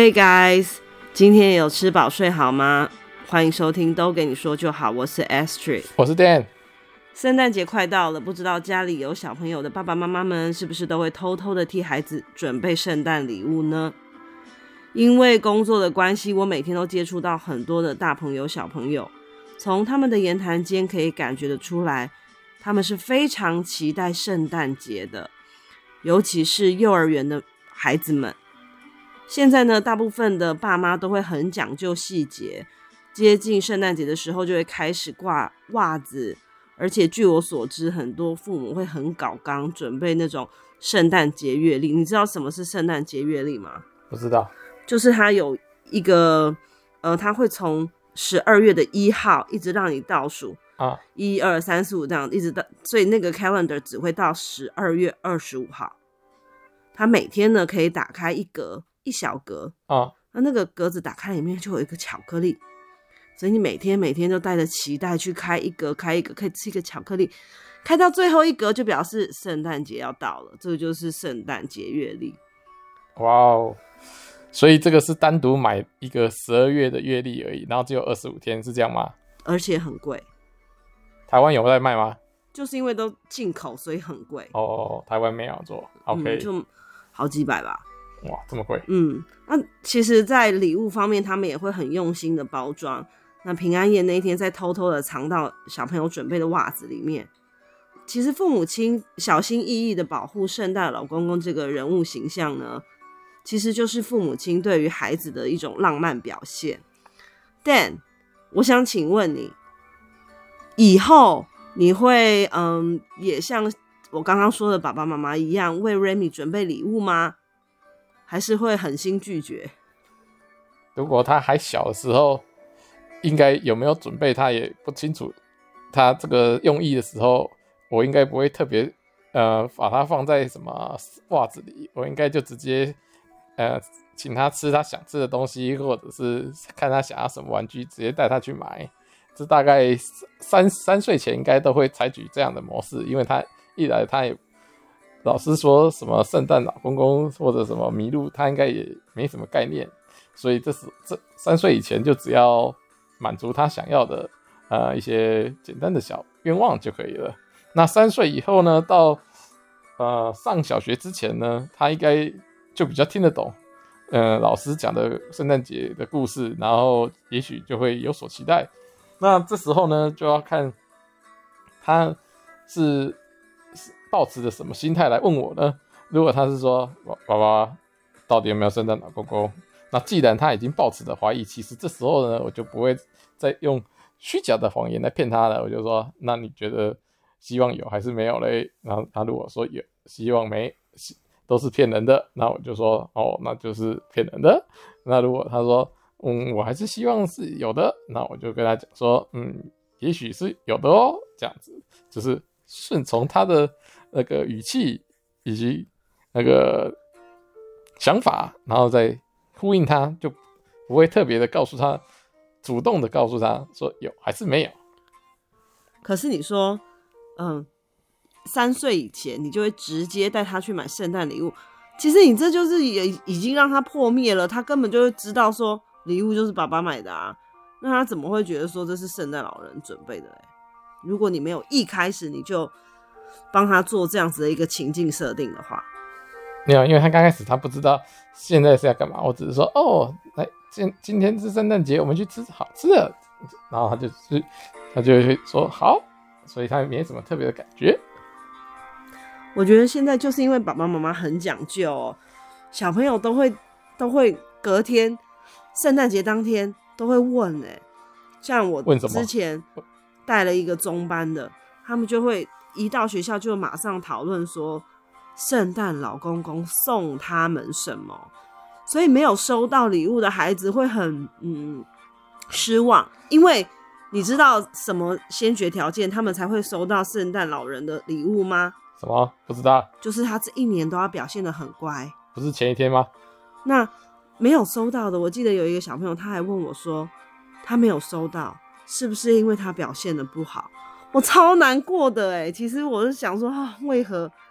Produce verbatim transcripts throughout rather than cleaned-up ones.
Hey guys， 今天有吃饱睡好吗？欢迎收听都跟你说就好，我是 Astrid， 我是 Dan。 圣诞节快到了，不知道家里有小朋友的爸爸妈妈们是不是都会偷偷的替孩子准备圣诞礼物呢？因为工作的关系，我每天都接触到很多的大朋友小朋友，从他们的言谈间可以感觉得出来，他们是非常期待圣诞节的，尤其是幼儿园的孩子们。现在呢，大部分的爸妈都会很讲究细节，接近圣诞节的时候就会开始挂袜子，而且据我所知，很多父母会很搞纲准备那种圣诞节月历。你知道什么是圣诞节月历吗？ 不知道。 就是它有一个呃，它会从十二月的一号一直让你倒数啊， 一二三四五这样一直到，所以那个 calendar 只会到十二月二十五号。它每天呢可以打开一格一小格啊， 那那个格子打开里面就有一个巧克力，所以你每天每天都带着期待去开一格开一格，可以吃一个巧克力，开到最后一格就表示圣诞节要到了，这个就是圣诞节月历。 哇哦！所以这个是单独买一个十二月的月历而已，然后只有二十五天，是这样吗？ 而且很贵。 台湾有在卖吗？ 就是因为都进口，所以很贵。 哦，台湾没有做 ，OK，、 嗯、就好几百吧。 哇，这么贵。 嗯，那其实在礼物方面他们也会很用心的包装，那平安夜那一天再偷偷的藏到小朋友准备的袜子里面。其实父母亲小心翼翼的保护圣诞老公公这个人物形象呢，其实就是父母亲对于孩子的一种浪漫表现。Dan， 我想请问你，以后你会嗯也像我刚刚说的爸爸妈妈一样为 Remy 准备礼物吗？还是会狠心拒绝？ 如果他还小的时候，应该有没有准备他也不清楚。他这个用意的时候，我应该不会特别呃把它放在什么袜子里，我应该就直接呃请他吃他想吃的东西，或者是看他想要什么玩具，直接带他去买。这大概三三岁前应该都会采取这样的模式，因为他一来他也老师说什么圣诞老公公或者什么麋鹿，他应该也没什么概念，所以这是这三岁以前就只要满足他想要的呃一些简单的小愿望就可以了。那三岁以后呢，到呃上小学之前呢，他应该就比较听得懂呃老师讲的圣诞节的故事，然后也许就会有所期待。那这时候呢，就要看他是抱持着什么心态来问我呢？如果他是说爸爸到底有没有圣诞老公公，那既然他已经抱持着怀疑，其实这时候呢，我就不会再用虚假的谎言来骗他了。我就说，那你觉得希望有还是没有嘞？然后他如果说有，希望没，都是骗人的，那我就说哦，那就是骗人的。那如果他说嗯，我还是希望是有的，那我就跟他讲说，嗯，也许是有的哦，这样子就是顺从他的那个语气以及那个想法，然后再呼应他，就不会特别的告诉他，主动的告诉他说有还是没有。 可是你说，嗯，三岁以前你就会直接带他去买圣诞礼物，其实你这就是也已经让他破灭了，他根本就会知道说礼物就是爸爸买的啊，那他怎么会觉得说这是圣诞老人准备的嘞？如果你没有一开始你就帮他做这样子的一个情境设定的话， 没有，因为他刚开始他不知道现在是要干嘛，我只是说哦，来今今天是圣诞节，我们去吃好吃的，然后他就是他就会说好，所以他没什么特别的感觉。 我觉得现在就是因为爸爸妈妈很讲究哦，小朋友都会都会隔天圣诞节当天都会问哎、欸，像我之前带了一个中班的，他们就会一到学校就马上讨论说圣诞老公公送他们什么，所以没有收到礼物的孩子会很嗯失望，因为你知道什么先决条件他们才会收到圣诞老人的礼物吗？ 什么？不知道。 就是他这一年都要表现得很乖。 不是前一天吗？ 那没有收到的，我记得有一个小朋友他还问我说他没有收到是不是因为他表现得不好，我超难过的耶。其实我是想说、啊、为何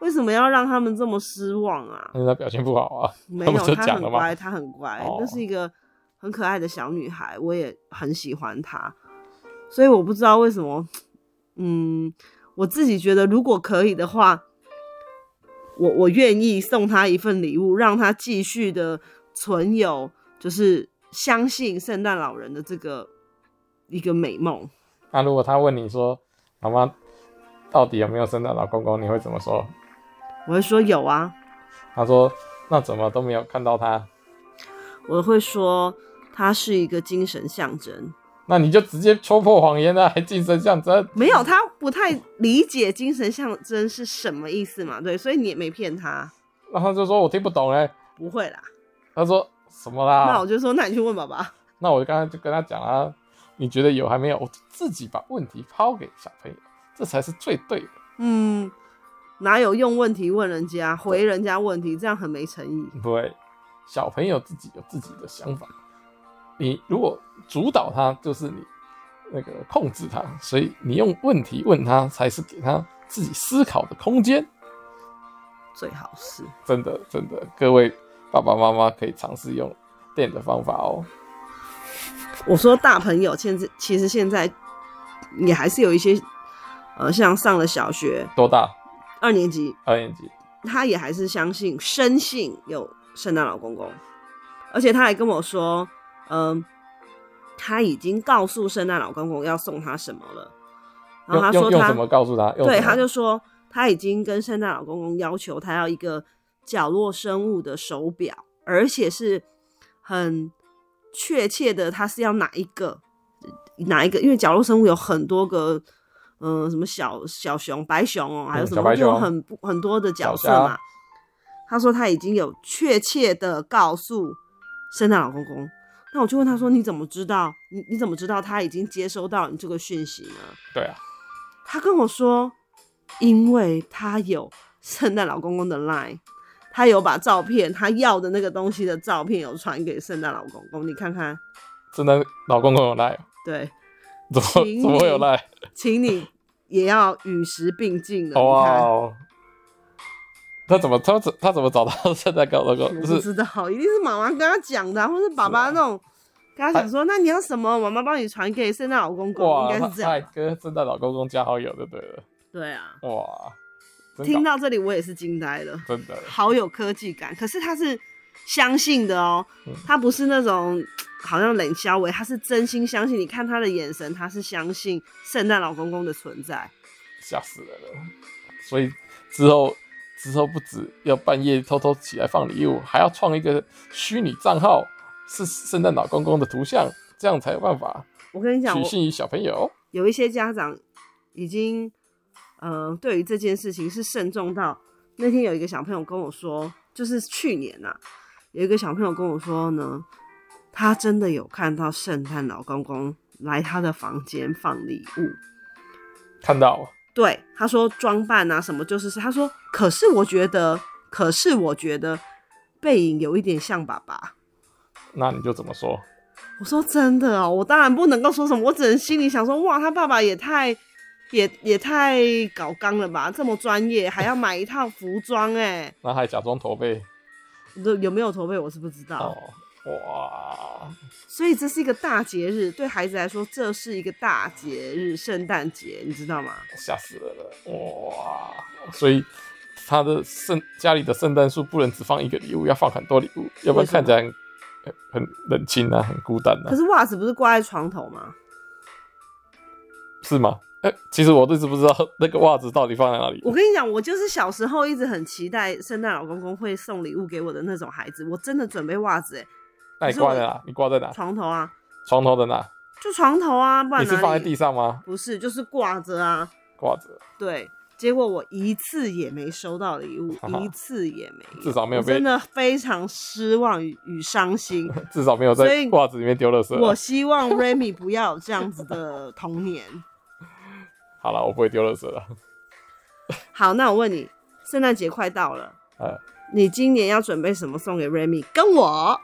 为什么要让他们这么失望啊？ 因为他表现不好啊。 没有， 他不就她讲了吗？ 很乖，她很乖， 哦那是一个很可爱的小女孩，我也很喜欢她。所以我不知道为什么，嗯，我自己觉得如果可以的话，我我愿意送她一份礼物，让她继续的存有，就是相信圣诞老人的这个一个美梦。 那如果他问你说，妈妈到底有没有圣诞老公公，你会怎么说？ 我会说有啊。 他说那怎么都没有看到他？ 我会说他是一个精神象征。 那你就直接戳破谎言了，还精神象征？ 没有，他不太理解精神象征是什么意思嘛？对，所以你也没骗他。 那他就说我听不懂哎。 不会啦。 他说什么啦？ 那我就说，那你去问爸爸。 那我刚才就跟他讲啊，你觉得有还没有？我自己把问题抛给小朋友，这才是最对的。 嗯，哪有用问题问人家，回人家问题，这样很没诚意。 对，小朋友自己有自己的想法，你如果主导他，就是你那个控制他，所以你用问题问他，才是给他自己思考的空间。 最好是真的真的，各位爸爸妈妈可以尝试用电的方法哦。 我说大朋友，现在其实现在也还是有一些，呃，像上了小学， 多大？ 二年级， 二年级， 他也还是相信、深信有圣诞老公公，而且他还跟我说，嗯、呃，他已经告诉圣诞老公公要送他什么了。然后他说他用用什么告诉他？ 对，他就说他已经跟圣诞老公公要求他要一个角落生物的手表，而且是很确切的，他是要哪一个哪一个，因为角落生物有很多个，嗯、呃，什么小小熊、白熊哦，还有什么， 嗯、 就很很多的角色嘛。他说他已经有确切的告诉圣诞老公公。那我就问他说：“你怎么知道？你你怎么知道他已经接收到你这个讯息呢？” 对啊， 他跟我说，因为他有圣诞老公公的 line， 他有把照片他要的那个东西的照片有传给圣诞老公公，你看看。 圣诞老公公有 line？ 对， 怎么怎么会有 line？ 请你也要与时并进了。 哇、 你看哦，他怎么他他怎么找到圣诞老公公？ 我不知道，一定是妈妈跟他讲的、啊，或是爸爸那种。跟他讲说，那你要什么？妈妈帮你传给圣诞老公公，应该是这样。 他还跟圣诞老公公加好友就对了。 对啊。 哇， 听到这里我也是惊呆了， 真的， 好有科技感。可是他是相信的哦， 嗯、 他不是那种好像冷笑话，他是真心相信。你看他的眼神，他是相信圣诞老公公的存在。 吓死人了！所以之后之后不止要半夜偷偷起来放礼物，还要创一个虚拟账号。是圣诞老公公的图像，这样才有办法。 我跟你讲， 取信于小朋友。 有一些家长已经，呃，对于这件事情是慎重到，那天有一个小朋友跟我说，就是去年啊，有一个小朋友跟我说呢，他真的有看到圣诞老公公来他的房间放礼物。 看到。 对，他说装扮啊什么，就是他说，可是我觉得，可是我觉得背影有一点像爸爸。 那你就怎么说？ 我说真的哦，我当然不能够说什么，我只能心里想说，哇，他爸爸也太也也太搞刚了吧，这么专业，还要买一套服装哎， 那还假装驼背， 有没有驼背我是不知道。 哦，哇！ 所以这是一个大节日，对孩子来说，这是一个大节日，圣诞节，你知道吗？ 吓死人了，哇！所以他的圣家里的圣诞树不能只放一个礼物，要放很多礼物，要不然看起来很。很冷清啊，很孤单啊。 可是袜子不是挂在床头吗？ 是吗？欸、其实我一直不知道那个袜子到底放在哪里。 我跟你讲，我就是小时候一直很期待圣诞老公公会送礼物给我的那种孩子。我真的准备袜子哎、欸。 那你挂在哪？你挂在哪？ 床头啊。 床头的哪？ 就床头啊，不然哪里？ 你是放在地上吗？ 不是，就是挂着啊。 挂着。 对。结果我一次也没收到礼物，一次也没有， 至少没有被， 真的非常失望与与伤心。 至少没有在袜子里面丢垃圾。 我希望 Remy 不要有这样子的童年。 好了，我不会丢垃圾了。 好，那我问你，圣诞节快到了， 呃， 你今年要准备什么送给 Remy？ 跟我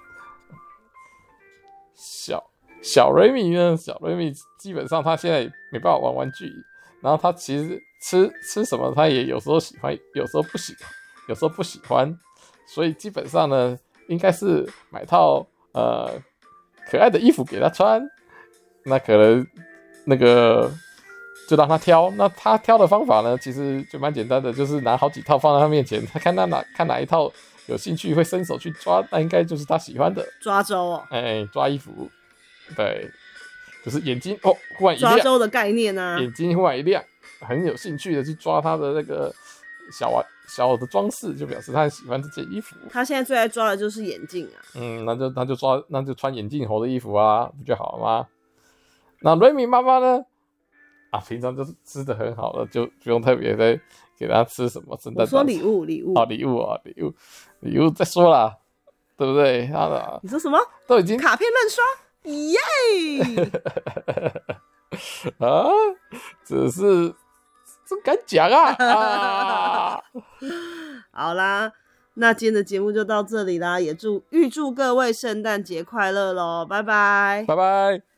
小小 Remy 呢？小 Remy 基本上他现在也没办法玩玩具，然后他其实吃吃什么，他也有时候喜欢，有时候不喜欢，有时候不喜欢，所以基本上呢，应该是买套呃可爱的衣服给他穿，那可能那个就让他挑。那他挑的方法呢，其实就蛮简单的，就是拿好几套放在他面前，他看他哪看哪一套有兴趣，会伸手去抓，那应该就是他喜欢的。 抓周哦， 哎，抓衣服，对，就是眼睛哦，忽然一亮， 抓周的概念啊， 眼睛忽然一亮，很有兴趣的去抓他的那个小玩小的装饰，就表示他很喜欢这件衣服。 他现在最爱抓的就是眼镜啊。 嗯，那就那就抓，那就穿眼镜猴的衣服啊，不就好了吗？那瑞米妈妈呢？啊，平常就是吃的很好了，就不用特别再给他吃什么圣诞。 我说礼物，礼物哦，礼物啊，礼物，礼物再说啦，对不对？他的你说什么？ 都已经卡片乱刷，耶！ 啊，只是这敢讲啊啊！ 好啦，那今天的节目就到这里啦，也祝预祝各位圣诞节快乐咯，拜拜， 拜拜。